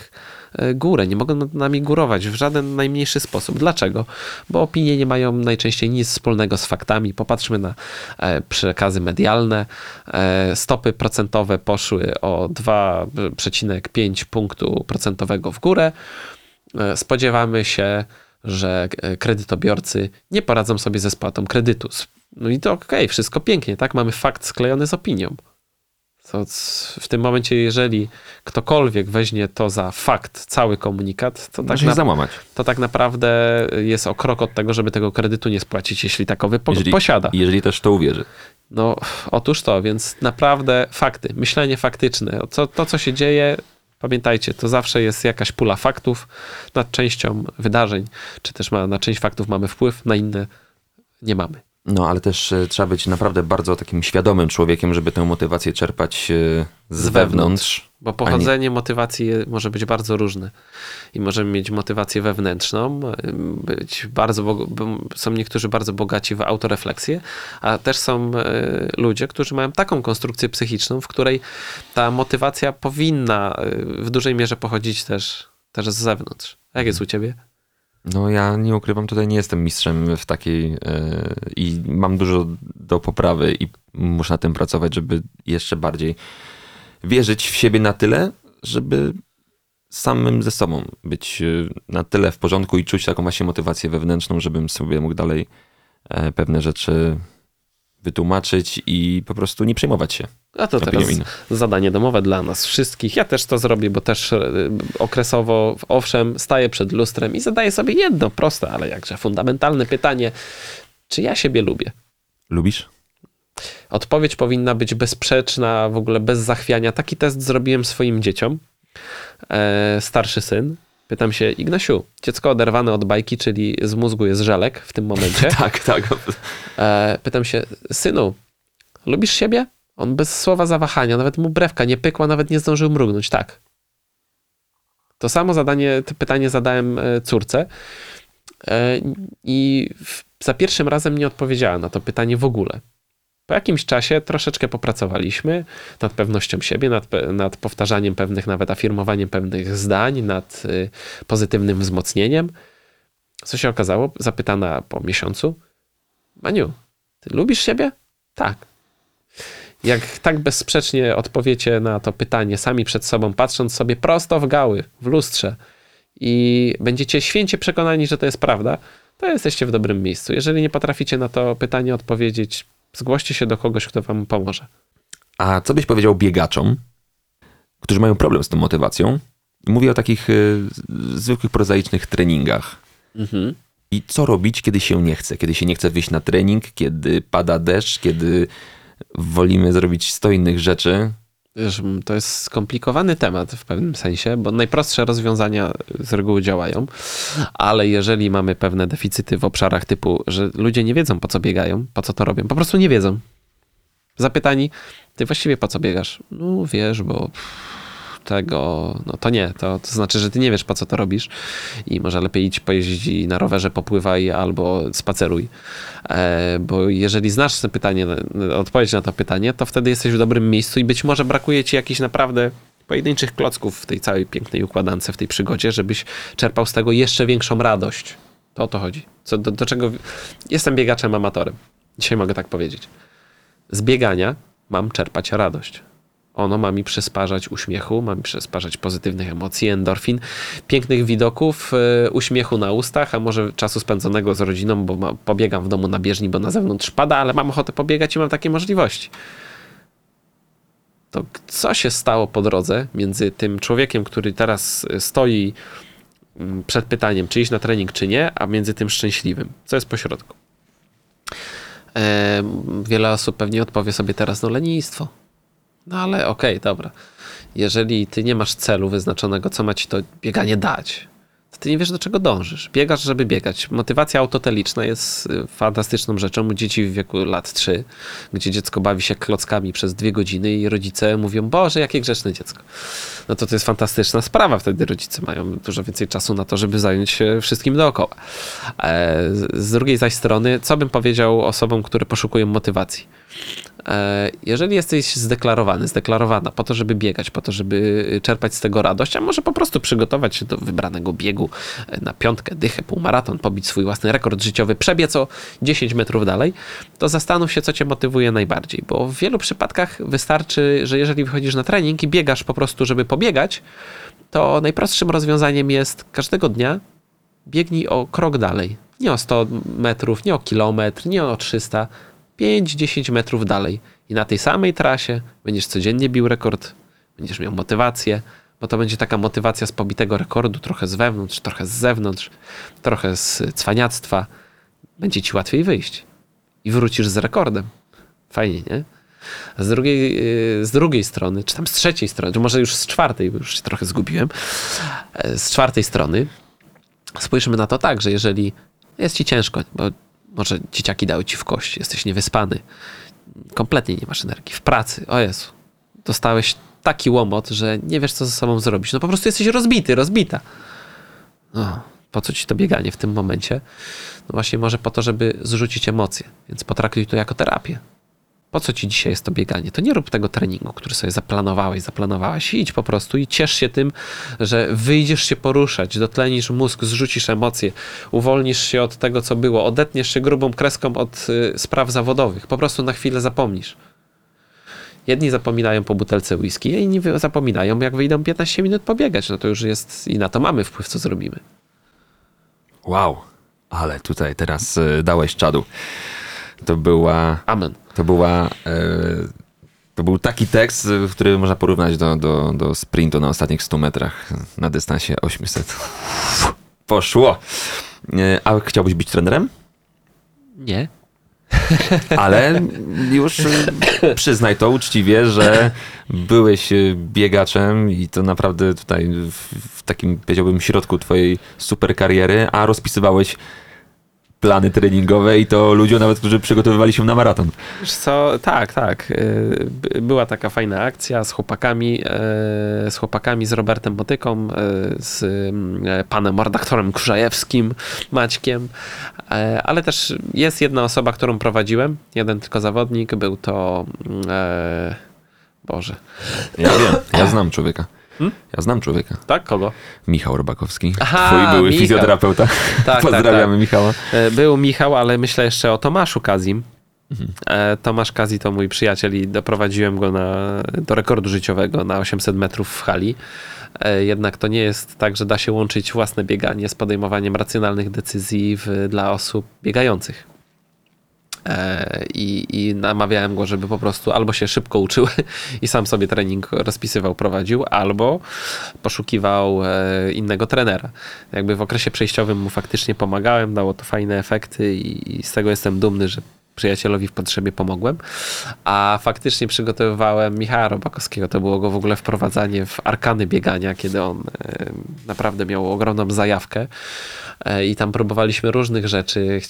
górę, nie mogą nad nami górować w żaden najmniejszy sposób. Dlaczego? Bo opinie nie mają najczęściej nic wspólnego z faktami. Popatrzmy na przekazy medialne. Stopy procentowe poszły o 2,5 punktu procentowego w górę. Spodziewamy się, że kredytobiorcy nie poradzą sobie ze spłatą kredytu. No i to okej, wszystko pięknie, tak? Mamy fakt sklejony z opinią. To w tym momencie, jeżeli ktokolwiek weźmie to za fakt, cały komunikat, to tak naprawdę jest o krok od tego, żeby tego kredytu nie spłacić, jeśli takowy posiada. Jeżeli też to uwierzy. No, otóż to, więc naprawdę fakty, myślenie faktyczne. To, co się dzieje, pamiętajcie, to zawsze jest jakaś pula faktów nad częścią wydarzeń, czy też na część faktów mamy wpływ, na inne nie mamy. No, ale też trzeba być naprawdę bardzo takim świadomym człowiekiem, żeby tę motywację czerpać z wewnątrz. Bo pochodzenie motywacji może być bardzo różne. I możemy mieć motywację wewnętrzną, są niektórzy bardzo bogaci w autorefleksję, a też są ludzie, którzy mają taką konstrukcję psychiczną, w której ta motywacja powinna w dużej mierze pochodzić też z zewnątrz. A jak jest u ciebie? No ja nie ukrywam, tutaj nie jestem mistrzem w takiej i mam dużo do poprawy i muszę na tym pracować, żeby jeszcze bardziej wierzyć w siebie na tyle, żeby samym ze sobą być na tyle w porządku i czuć taką właśnie motywację wewnętrzną, żebym sobie mógł dalej pewne rzeczy wytłumaczyć i po prostu nie przejmować się. A to teraz zadanie domowe dla nas wszystkich. Ja też to zrobię, bo też okresowo, owszem, staję przed lustrem i zadaję sobie jedno proste, ale jakże fundamentalne pytanie. Czy ja siebie lubię? Lubisz? Odpowiedź powinna być bezsprzeczna, w ogóle bez zachwiania. Taki test zrobiłem swoim dzieciom. Starszy syn. Pytam się, Ignasiu, dziecko oderwane od bajki, czyli z mózgu jest żelek w tym momencie. Tak. Pytam się, synu, lubisz siebie? On bez słowa zawahania, nawet mu brewka nie pykła, nawet nie zdążył mrugnąć. Tak. To samo pytanie zadałem córce i za pierwszym razem nie odpowiedziała na to pytanie w ogóle. Po jakimś czasie troszeczkę popracowaliśmy nad pewnością siebie, nad powtarzaniem pewnych, nawet afirmowaniem pewnych zdań, nad pozytywnym wzmocnieniem. Co się okazało? Zapytana po miesiącu. Maniu, ty lubisz siebie? Tak. Jak tak bezsprzecznie odpowiecie na to pytanie sami przed sobą, patrząc sobie prosto w gały, w lustrze i będziecie święcie przekonani, że to jest prawda, to jesteście w dobrym miejscu. Jeżeli nie potraficie na to pytanie odpowiedzieć, zgłoście się do kogoś, kto wam pomoże. A co byś powiedział biegaczom, którzy mają problem z tą motywacją? Mówię o takich zwykłych, prozaicznych treningach. Mhm. I co robić, kiedy się nie chce? Kiedy się nie chce wyjść na trening, kiedy pada deszcz, kiedy wolimy zrobić 100 innych rzeczy. Wiesz, to jest skomplikowany temat w pewnym sensie, bo najprostsze rozwiązania z reguły działają, ale jeżeli mamy pewne deficyty w obszarach typu, że ludzie nie wiedzą, po co biegają, po co to robią, po prostu nie wiedzą. Zapytani, ty właściwie po co biegasz? No wiesz, bo no to nie, to znaczy, że ty nie wiesz, po co to robisz i może lepiej idź pojeździ na rowerze, popływaj albo spaceruj. Bo jeżeli znasz to pytanie, odpowiedź na to pytanie, to wtedy jesteś w dobrym miejscu i być może brakuje ci jakichś naprawdę pojedynczych klocków w tej całej pięknej układance, w tej przygodzie, żebyś czerpał z tego jeszcze większą radość. To o to chodzi. Do czego jestem biegaczem amatorem. Dzisiaj mogę tak powiedzieć. Z biegania mam czerpać radość. Ono ma mi przysparzać uśmiechu, ma mi przysparzać pozytywnych emocji, endorfin, pięknych widoków, uśmiechu na ustach, a może czasu spędzonego z rodziną, bo pobiegam w domu na bieżni, bo na zewnątrz pada, ale mam ochotę pobiegać i mam takie możliwości. To co się stało po drodze między tym człowiekiem, który teraz stoi przed pytaniem, czy iść na trening, czy nie, a między tym szczęśliwym? Co jest pośrodku? Wiele osób pewnie odpowie sobie teraz, no lenistwo. No ale okej, dobra. Jeżeli ty nie masz celu wyznaczonego, co ma ci to bieganie dać, to ty nie wiesz, do czego dążysz. Biegasz, żeby biegać. Motywacja autoteliczna jest fantastyczną rzeczą u dzieci w wieku lat 3, gdzie dziecko bawi się klockami przez 2 godziny i rodzice mówią, Boże, jakie grzeczne dziecko. No to jest fantastyczna sprawa. Wtedy rodzice mają dużo więcej czasu na to, żeby zająć się wszystkim dookoła. Z drugiej zaś strony, co bym powiedział osobom, które poszukują motywacji? Jeżeli jesteś zdeklarowana po to, żeby biegać, po to, żeby czerpać z tego radość, a może po prostu przygotować się do wybranego biegu na piątkę, dychę, półmaraton, pobić swój własny rekord życiowy, przebiec o 10 metrów dalej, to zastanów się, co cię motywuje najbardziej, bo w wielu przypadkach wystarczy, że jeżeli wychodzisz na trening i biegasz po prostu, żeby pobiegać, to najprostszym rozwiązaniem jest każdego dnia biegnij o krok dalej. Nie o 100 metrów, nie o kilometr, nie o 300, 5-10 metrów dalej. I na tej samej trasie będziesz codziennie bił rekord, będziesz miał motywację, bo to będzie taka motywacja z pobitego rekordu, trochę z wewnątrz, trochę z zewnątrz, trochę z cwaniactwa. Będzie ci łatwiej wyjść. I wrócisz z rekordem. Fajnie, nie? A z drugiej strony, czy tam z trzeciej strony, czy może już z czwartej, bo już się trochę zgubiłem, z czwartej strony spójrzmy na to tak, że jeżeli jest ci ciężko, bo może dzieciaki dały ci w kość, jesteś niewyspany, kompletnie nie masz energii, w pracy, o Jezu, dostałeś taki łomot, że nie wiesz, co ze sobą zrobić. No po prostu jesteś rozbity, rozbita. No, po co ci to bieganie w tym momencie? No właśnie może po to, żeby zrzucić emocje, więc potraktuj to jako terapię. Po co ci dzisiaj jest to bieganie? To nie rób tego treningu, który sobie zaplanowałaś. Idź po prostu i ciesz się tym, że wyjdziesz się poruszać, dotlenisz mózg, zrzucisz emocje, uwolnisz się od tego, co było, odetniesz się grubą kreską od spraw zawodowych. Po prostu na chwilę zapomnisz. Jedni zapominają po butelce whisky, a inni zapominają, jak wyjdą 15 minut pobiegać. No to już jest i na to mamy wpływ, co zrobimy. Wow, ale tutaj teraz dałeś czadu. To była... Amen. To był taki tekst, który można porównać do sprintu na ostatnich 100 metrach na dystansie 800. Poszło. A chciałbyś być trenerem? Nie. Ale już przyznaj to uczciwie, że byłeś biegaczem i to naprawdę tutaj w takim, powiedziałbym, środku twojej super kariery, a rozpisywałeś plany treningowe i to ludziom nawet, którzy przygotowywali się na maraton. Wiesz co, tak. Była taka fajna akcja z chłopakami, z Robertem Motyką, z panem redaktorem Krzajewskim, Maćkiem, ale też jest jedna osoba, którą prowadziłem, jeden tylko zawodnik, był to Boże. Ja wiem, ja znam człowieka. Ja znam człowieka. Tak? Kogo? Michał Robakowski. Aha, Twój były Michał. fizjoterapeuta. Tak, Pozdrawiamy Michała. Był Michał, ale myślę jeszcze o Tomaszu Kazim. Tomasz Kazi to mój przyjaciel i doprowadziłem go do rekordu życiowego na 800 metrów w hali. Jednak to nie jest tak, że da się łączyć własne bieganie z podejmowaniem racjonalnych decyzji dla osób biegających. I namawiałem go, żeby po prostu albo się szybko uczył i sam sobie trening rozpisywał, prowadził, albo poszukiwał innego trenera. Jakby w okresie przejściowym mu faktycznie pomagałem, dało to fajne efekty i z tego jestem dumny, że przyjacielowi w potrzebie pomogłem, a faktycznie przygotowywałem Michała Robakowskiego. To było go w ogóle wprowadzanie w arkany biegania, kiedy on naprawdę miał ogromną zajawkę i tam próbowaliśmy różnych rzeczy,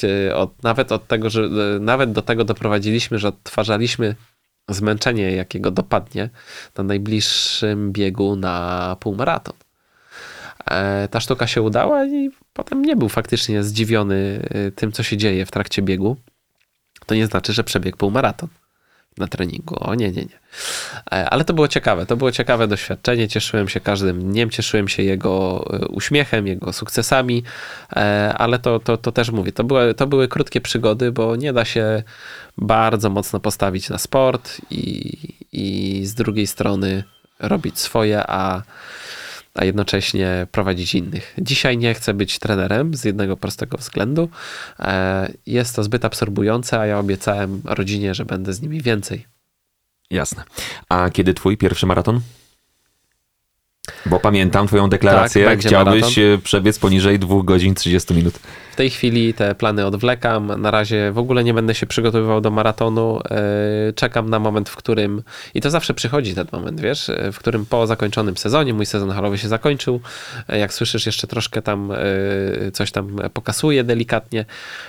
nawet do tego doprowadziliśmy, że odtwarzaliśmy zmęczenie, jakiego dopadnie na najbliższym biegu na półmaraton. Ta sztuka się udała i potem nie był faktycznie zdziwiony tym, co się dzieje w trakcie biegu. To nie znaczy, że przebiegł półmaraton na treningu. O nie. Ale to było ciekawe doświadczenie. Cieszyłem się każdym dniem, cieszyłem się jego uśmiechem, jego sukcesami, ale to też mówię, to były krótkie przygody, bo nie da się bardzo mocno postawić na sport i z drugiej strony robić swoje, a jednocześnie prowadzić innych. Dzisiaj nie chcę być trenerem z jednego prostego względu. Jest to zbyt absorbujące, a ja obiecałem rodzinie, że będę z nimi więcej. Jasne. A kiedy twój pierwszy maraton? Bo pamiętam twoją deklarację, Tak, chciałbyś maraton. przebiec poniżej 2 godzin 30 minut. W tej chwili te plany odwlekam. Na razie w ogóle nie będę się przygotowywał do maratonu. Czekam na moment, w którym, i to zawsze przychodzi ten moment, wiesz, w którym po zakończonym sezonie, mój sezon halowy się zakończył, jak słyszysz, jeszcze troszkę tam coś tam pokasuje delikatnie,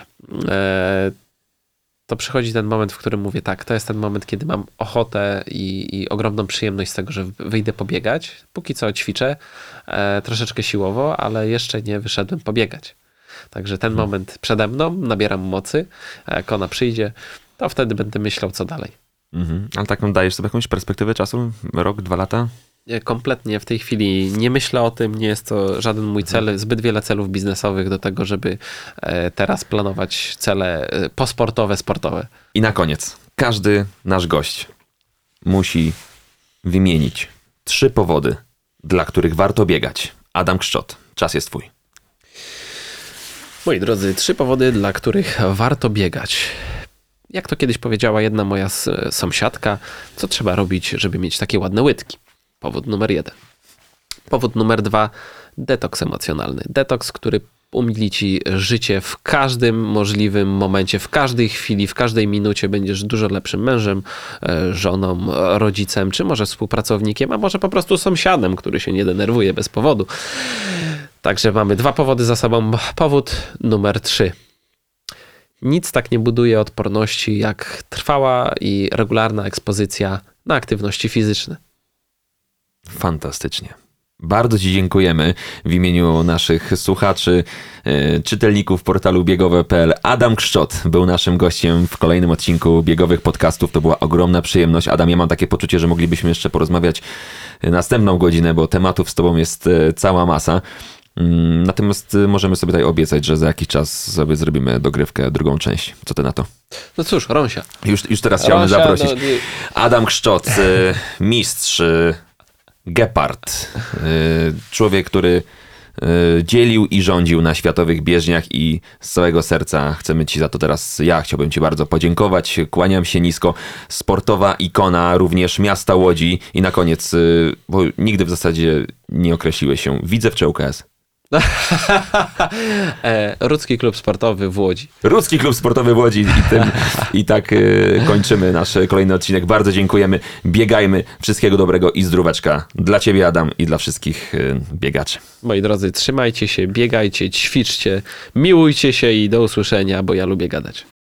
to przychodzi ten moment, w którym mówię tak, to jest ten moment, kiedy mam ochotę i ogromną przyjemność z tego, że wyjdę pobiegać. Póki co ćwiczę troszeczkę siłowo, ale jeszcze nie wyszedłem pobiegać. Także ten moment przede mną, nabieram mocy, a jak ona przyjdzie, to wtedy będę myślał, co dalej. Ale taką dajesz sobie jakąś perspektywę czasu? Rok, 2 lata? Kompletnie w tej chwili nie myślę o tym, nie jest to żaden mój cel, zbyt wiele celów biznesowych do tego, żeby teraz planować cele posportowe, sportowe. I na koniec, każdy nasz gość musi wymienić 3 powody, dla których warto biegać. Adam Kszczot, czas jest twój. Moi drodzy, 3 powody, dla których warto biegać. Jak to kiedyś powiedziała jedna moja sąsiadka, co trzeba robić, żeby mieć takie ładne łydki? Powód numer 1. Powód numer 2, detoks emocjonalny. Detoks, który umili ci życie w każdym możliwym momencie, w każdej chwili, w każdej minucie będziesz dużo lepszym mężem, żoną, rodzicem, czy może współpracownikiem, a może po prostu sąsiadem, który się nie denerwuje bez powodu. Także mamy 2 powody za sobą. Powód numer 3. Nic tak nie buduje odporności jak trwała i regularna ekspozycja na aktywności fizyczne. Fantastycznie. Bardzo ci dziękujemy w imieniu naszych słuchaczy, czytelników portalu biegowe.pl. Adam Kszczot był naszym gościem w kolejnym odcinku Biegowych Podcastów. To była ogromna przyjemność. Adam, ja mam takie poczucie, że moglibyśmy jeszcze porozmawiać następną godzinę, bo tematów z tobą jest cała masa. Natomiast możemy sobie tutaj obiecać, że za jakiś czas sobie zrobimy dogrywkę, drugą część. Co ty na to? No cóż, Rąsia. Już teraz chciałbym Rąsia, zaprosić. no, Adam Kszczot, mistrz, gepard, człowiek, który dzielił i rządził na światowych bieżniach i z całego serca chcemy ci za to teraz, ja chciałbym ci bardzo podziękować, kłaniam się nisko, sportowa ikona również miasta Łodzi i na koniec, bo nigdy w zasadzie nie określiłeś się, Widzew czy ŁKS? Rudzki Klub Sportowy w Łodzi. Rudzki Klub Sportowy w Łodzi i tak kończymy nasz kolejny odcinek. Bardzo dziękujemy, biegajmy, wszystkiego dobrego i zdróweczka dla ciebie, Adam, i dla wszystkich biegaczy. Moi drodzy, trzymajcie się, biegajcie, ćwiczcie, miłujcie się i do usłyszenia, bo ja lubię gadać.